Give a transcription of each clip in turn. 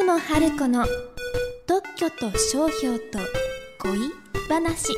野春子の特許と商標と恋話。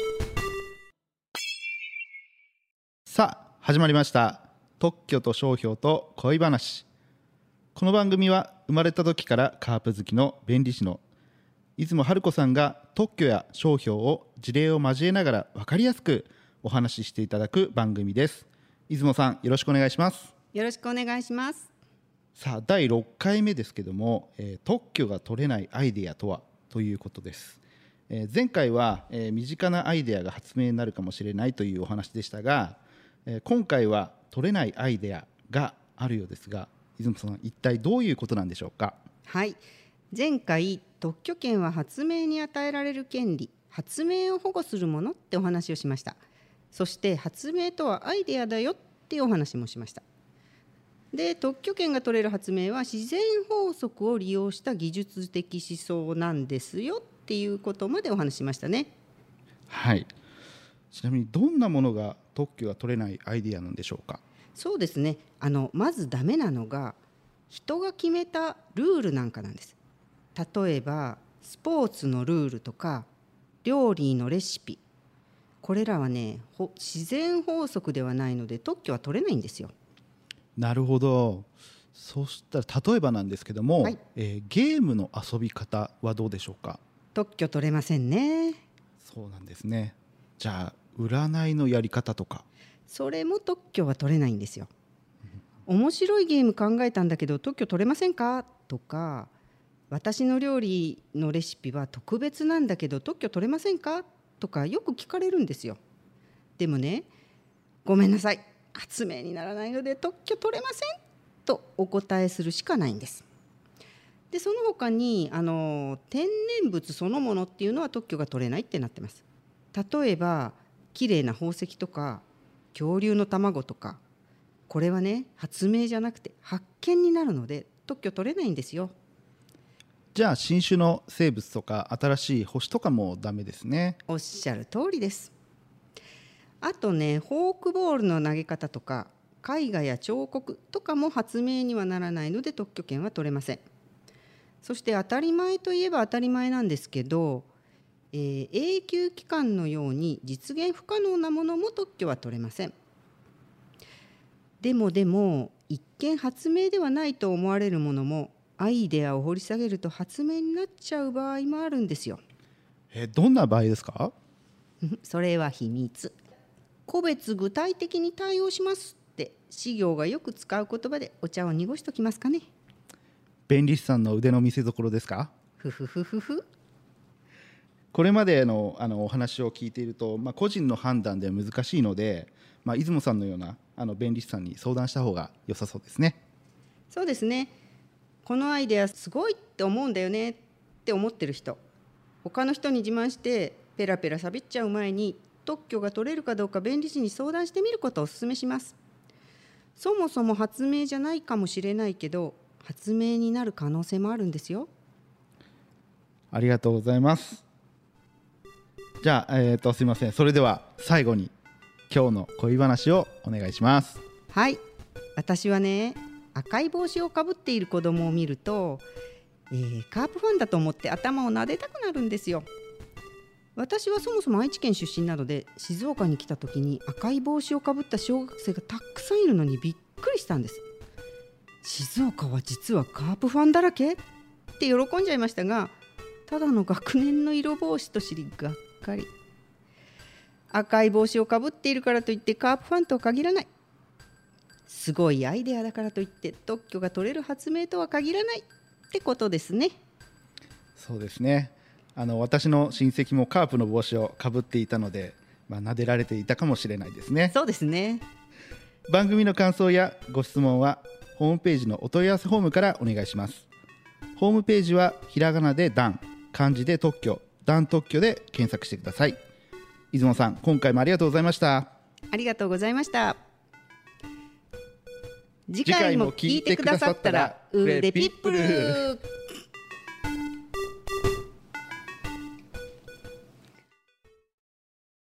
さあ始まりました。特許と商標と恋話。この番組は生まれた時からカープ好きの弁理士の出雲春子さんが特許や商標を事例を交えながら分かりやすくお話ししていただく番組です。出雲さん、よろしくお願いします。 よろしくお願いします。 さあ第6回目ですけども、特許が取れないアイデアとはということです。前回は、身近なアイデアが発明になるかもしれないというお話でしたが、今回は取れないアイデアがあるようですが、出雲さん、一体どういうことなんでしょうか。 はい、前回特許権は発明に与えられる権利、発明を保護するものってお話をしました。そして発明とはアイデアだよっていうお話もしました。で、特許権が取れる発明は自然法則を利用した技術的思想なんですよっていうことまでお話ししましたね。 はい。ちなみにどんなものが特許が取れないアイデアなんでしょうか。 そうですね、まずダメなのが人が決めたルールなんかなんです。例えばスポーツのルールとか料理のレシピ、これらはね、自然法則ではないので特許は取れないんですよ。 なるほど。そしたら例えばなんですけども、 はい、 ゲームの遊び方はどうでしょうか。 特許取れませんね。 そうなんですね。じゃあ占いのやり方とか。 それも特許は取れないんですよ。面白いゲーム考えたんだけど特許取れませんかとか、私の料理のレシピは特別なんだけど特許取れませんかとかよく聞かれるんですよ。でもね、ごめんなさい、発明にならないので特許取れませんとお答えするしかないんです。で、その他に天然物そのものっていうのは特許が取れないってなってます。例えばきれいな宝石とか恐竜の卵とか、これはね、発明じゃなくて発見になるので特許取れないんですよ。 じゃあ新種の生物とか新しい星とかもダメですね。 おっしゃる通りです。あとね、フォークボールの投げ方とか絵画や彫刻とかも発明にはならないので特許権は取れません。そして当たり前といえば当たり前なんですけど、永久期間のように実現不可能なものも特許は取れません。でも一見発明ではないと思われるものもアイデアを掘り下げると発明になっちゃう場合もあるんですよ。 どんな場合ですか。 それは秘密。個別具体的に対応しますって士業がよく使う言葉でお茶を濁しときますかね。 弁理士さんの腕の見せ所ですか。 ふふふふふ。 これまでのお話を聞いていると、個人の判断では難しいので、出雲さんのような弁理士さんに相談した方が良さそうですね。 そうですね。このアイデアすごいって思うんだよねって思ってる人、他の人に自慢してペラペラ喋っちゃう前に特許が取れるかどうか弁理士に相談してみることをお勧めします。そもそも発明じゃないかもしれないけど発明になる可能性もあるんですよ。 ありがとうございます。じゃあ、すいません。それでは最後に今日の恋話をお願いします。 はい、私はね、赤い帽子をかぶっている子供を見ると、カープファンだと思って頭を撫でたくなるんですよ。私はそもそも愛知県出身なので静岡に来た時に赤い帽子をかぶった小学生がたくさんいるのにびっくりしたんです。静岡は実はカープファンだらけって喜んじゃいましたが、ただの学年の色帽子と知りがっかり。赤い帽子をかぶっているからといってカープファンとは限らない。すごいアイデアだからといって特許が取れる発明とは限らないってことですね。 そうですね。私の親戚もカープの帽子をかぶっていたので、撫でられていたかもしれないですね。 そうですね。 番組の感想やご質問はホームページのお問い合わせフォームからお願いします。ホームページはひらがなでダン、漢字で特許、ダン特許で検索してください。出雲さん、今回もありがとうございました。 ありがとうございました。次回も聞いてくださったらうれピップル。